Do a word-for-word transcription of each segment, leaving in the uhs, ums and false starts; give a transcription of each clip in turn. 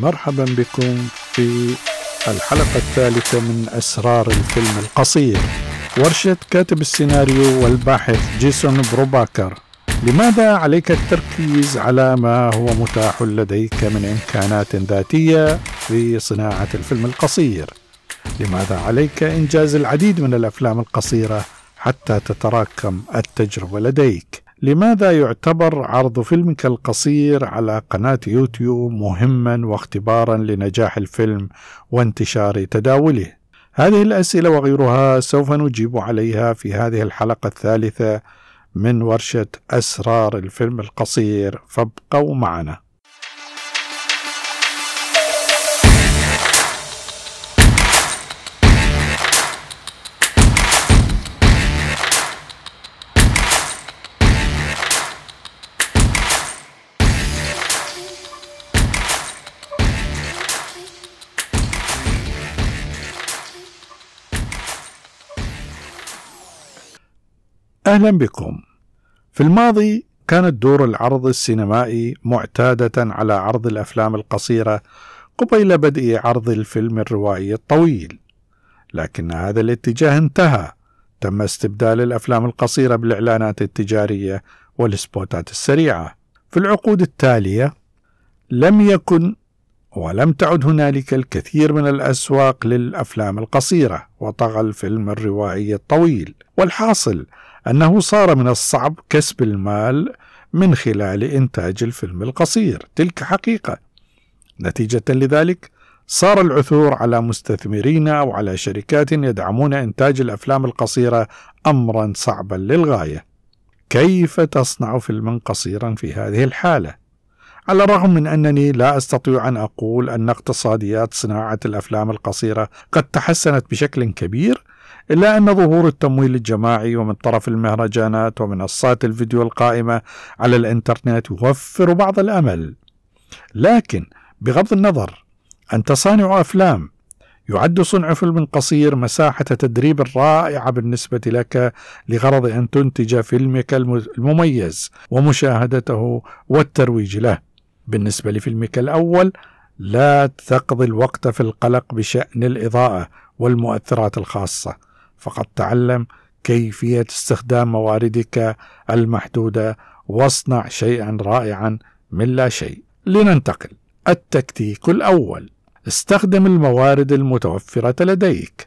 مرحبا بكم في الحلقة الثالثة من أسرار الفيلم القصير. ورشة كاتب السيناريو والباحث جيسون بروباكر. لماذا عليك التركيز على ما هو متاح لديك من إمكانات ذاتية في صناعة الفيلم القصير؟ لماذا عليك إنجاز العديد من الأفلام القصيرة حتى تتراكم التجربة لديك؟ لماذا يعتبر عرض فيلمك القصير على قناة يوتيوب مهما واختبارا لنجاح الفيلم وانتشار تداوله؟ هذه الأسئلة وغيرها سوف نجيب عليها في هذه الحلقة الثالثة من ورشة أسرار الفيلم القصير، فابقوا معنا. أهلا بكم. في الماضي كانت دور العرض السينمائي معتادة على عرض الأفلام القصيرة قبيل بدء عرض الفيلم الروائي الطويل، لكن هذا الاتجاه انتهى. تم استبدال الأفلام القصيرة بالإعلانات التجارية والسبوتات السريعة. في العقود التالية لم يكن ولم تعد هنالك الكثير من الأسواق للأفلام القصيرة، وطغى الفيلم الروائي الطويل، والحاصل أنه صار من الصعب كسب المال من خلال إنتاج الفيلم القصير. تلك حقيقة. نتيجة لذلك صار العثور على مستثمرين أو على شركات يدعمون إنتاج الأفلام القصيرة أمرا صعبا للغاية. كيف تصنع فيلما قصيرا في هذه الحالة؟ على الرغم من أنني لا أستطيع أن أقول أن اقتصاديات صناعة الأفلام القصيرة قد تحسنت بشكل كبير، إلا أن ظهور التمويل الجماعي ومن طرف المهرجانات ومنصات الفيديو القائمة على الإنترنت يوفر بعض الأمل. لكن بغض النظر، أنت صانع أفلام. يعد صنع فيلم قصير مساحة تدريب رائعة بالنسبة لك لغرض أن تنتج فيلمك المميز ومشاهدته والترويج له. بالنسبة لفيلمك الأول لا تقضي الوقت في القلق بشأن الإضاءة والمؤثرات الخاصة، فقد تعلم كيفية استخدام مواردك المحدودة واصنع شيئا رائعا من لا شيء. لننتقل. التكتيك الأول: استخدم الموارد المتوفرة لديك.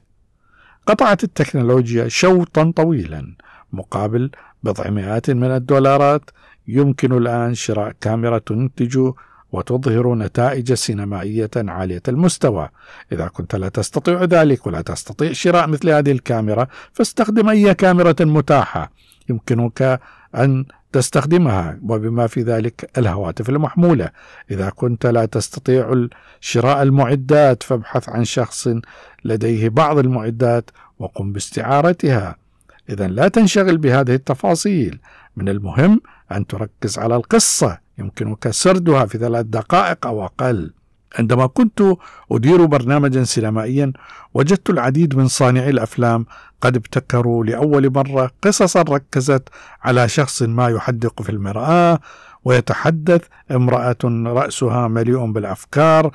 قطعت التكنولوجيا شوطا طويلا مقابل بضع مئات من الدولارات. يمكن الآن شراء كاميرا تنتج وتظهر نتائج سينمائية عالية المستوى. إذا كنت لا تستطيع ذلك ولا تستطيع شراء مثل هذه الكاميرا، فاستخدم أي كاميرا متاحة يمكنك أن تستخدمها، وبما في ذلك الهواتف المحمولة. إذا كنت لا تستطيع شراء المعدات، فابحث عن شخص لديه بعض المعدات وقم باستعارتها. إذن لا تنشغل بهذه التفاصيل. من المهم أن تركز على القصة، يمكنك سردها في ثلاث دقائق أو أقل. عندما كنت أدير برنامجا سينمائيا، وجدت العديد من صانعي الأفلام قد ابتكروا لأول مرة قصصا ركزت على شخص ما يحدق في المرآة ويتحدث. امرأة رأسها مليء بالأفكار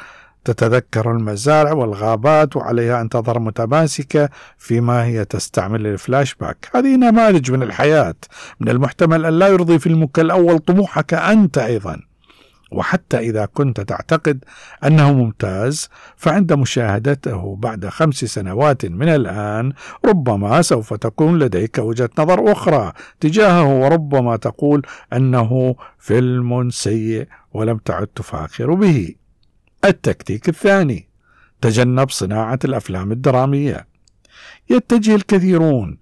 تتذكر المزارع والغابات، وعليها أن تظهر متماسكة فيما هي تستعمل الفلاش باك. هذه نماذج من الحياة. من المحتمل أن لا يرضي فيلمك الأول طموحك أنت أيضا، وحتى إذا كنت تعتقد أنه ممتاز، فعند مشاهدته بعد خمس سنوات من الآن ربما سوف تكون لديك وجهة نظر أخرى تجاهه، وربما تقول أنه فيلم سيء ولم تعد تفاخر به. التكتيك الثاني: تجنب صناعة الأفلام الدرامية. يتجه الكثيرون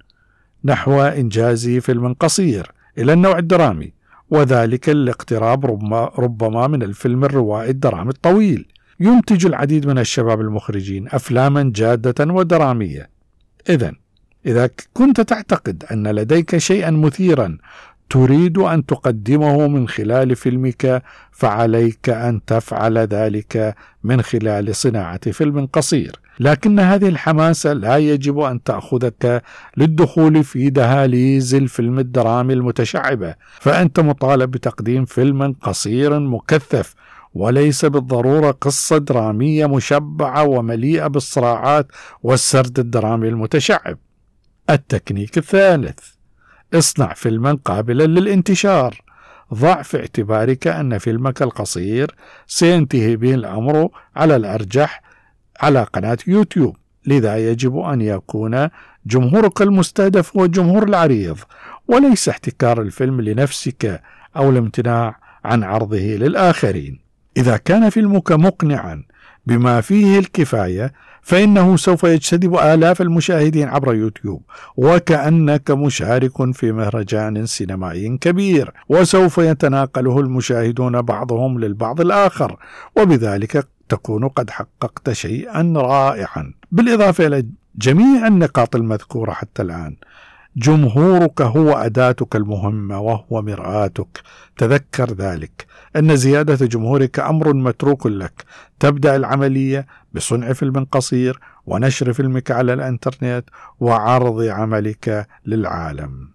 نحو إنجاز فيلم قصير إلى النوع الدرامي، وذلك الاقتراب ربما من الفيلم الروائي الدرامي الطويل. ينتج العديد من الشباب المخرجين أفلاما جادة ودرامية. إذن إذا كنت تعتقد أن لديك شيئا مثيرا تريد أن تقدمه من خلال فيلمك، فعليك أن تفعل ذلك من خلال صناعة فيلم قصير. لكن هذه الحماسة لا يجب أن تأخذك للدخول في دهاليز الفيلم الدرامي المتشعبة، فأنت مطالب بتقديم فيلم قصير مكثف وليس بالضرورة قصة درامية مشبعة ومليئة بالصراعات والسرد الدرامي المتشعب. التكنيك الثالث: اصنع فيلما قابلا للانتشار. ضع في اعتبارك أن فيلمك القصير سينتهي به الأمر على الأرجح على قناة يوتيوب، لذا يجب أن يكون جمهورك المستهدف هو الجمهور العريض، وليس احتكار الفيلم لنفسك أو الامتناع عن عرضه للآخرين. إذا كان فيلمك مقنعا بما فيه الكفاية فإنه سوف يجتذب آلاف المشاهدين عبر يوتيوب، وكأنك مشارك في مهرجان سينمائي كبير، وسوف يتناقله المشاهدون بعضهم للبعض الآخر، وبذلك تكون قد حققت شيئا رائعا. بالإضافة إلى جميع النقاط المذكورة حتى الآن، جمهورك هو أداتك المهمة وهو مرآتك. تذكر ذلك، أن زيادة جمهورك أمر متروك لك. تبدأ العملية بصنع فيلم قصير ونشر فيلمك على الإنترنت وعرض عملك للعالم.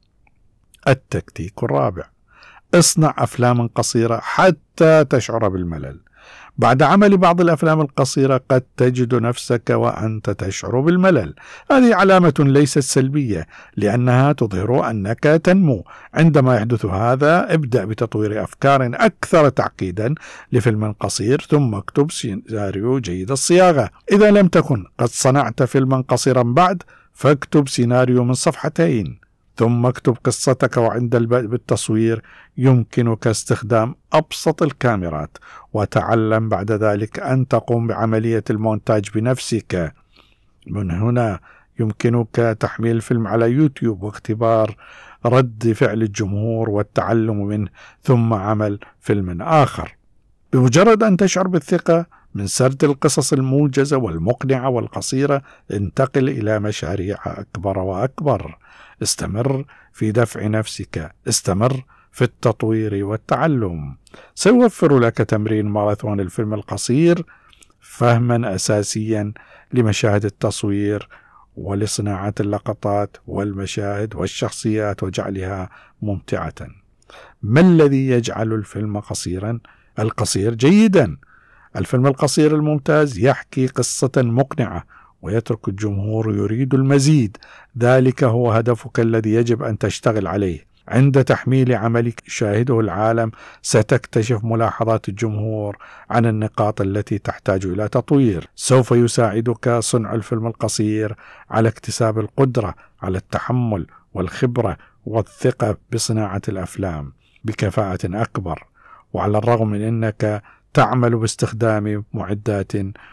التكتيك الرابع: اصنع أفلاما قصيرة حتى تشعر بالملل. بعد عمل بعض الأفلام القصيرة قد تجد نفسك وأنت تشعر بالملل. هذه علامة ليست سلبية، لأنها تظهر أنك تنمو. عندما يحدث هذا ابدأ بتطوير أفكار أكثر تعقيدا لفيلم قصير، ثم اكتب سيناريو جيد الصياغة. إذا لم تكن قد صنعت فيلما قصيرا بعد، فاكتب سيناريو من صفحتين، ثم اكتب قصتك. وعند البدء بالتصوير يمكنك استخدام أبسط الكاميرات، وتعلم بعد ذلك أن تقوم بعملية المونتاج بنفسك. من هنا يمكنك تحميل الفيلم على يوتيوب واختبار رد فعل الجمهور والتعلم منه، ثم عمل فيلم آخر. بمجرد أن تشعر بالثقة من سرد القصص الموجزة والمقنعة والقصيرة، انتقل إلى مشاريع أكبر وأكبر. استمر في دفع نفسك، استمر في التطوير والتعلم. سيوفر لك تمرين ماراثون الفيلم القصير فهما أساسيا لمشاهد التصوير ولصناعة اللقطات والمشاهد والشخصيات وجعلها ممتعة. ما الذي يجعل الفيلم قصيرا؟ القصير جيدا. الفيلم القصير الممتاز يحكي قصة مقنعة ويترك الجمهور يريد المزيد. ذلك هو هدفك الذي يجب أن تشتغل عليه. عند تحميل عملك يشاهده العالم ستكتشف ملاحظات الجمهور عن النقاط التي تحتاج إلى تطوير. سوف يساعدك صنع الفيلم القصير على اكتساب القدرة على التحمل والخبرة والثقة بصناعة الأفلام بكفاءة أكبر، وعلى الرغم من أنك تعمل باستخدام معدات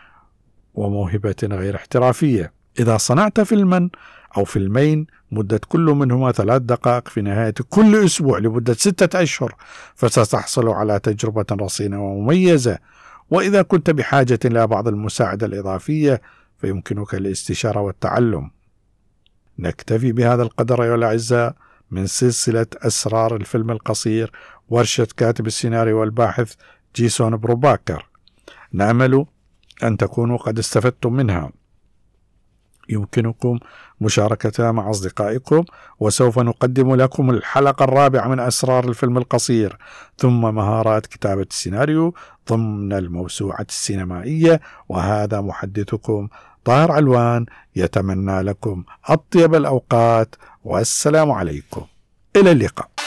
وموهبة غير احترافية. إذا صنعت فيلما أو فيلمين مدة كل منهما ثلاث دقائق في نهاية كل أسبوع لمدة ستة أشهر، فستحصل على تجربة رصينة ومميزة. وإذا كنت بحاجة إلى بعض المساعدة الإضافية فيمكنك الاستشارة والتعلم. نكتفي بهذا القدر أيها الأعزاء من سلسلة أسرار الفيلم القصير، ورشة كاتب السيناريو والباحث جيسون بروباكر. نأمل أن تكونوا قد استفدتم منها. يمكنكم مشاركتها مع أصدقائكم، وسوف نقدم لكم الحلقة الرابعة من أسرار الفيلم القصير، ثم مهارات كتابة السيناريو ضمن الموسوعة السينمائية. وهذا محدثكم طاهر علوان، يتمنى لكم أطيب الأوقات، والسلام عليكم، إلى اللقاء.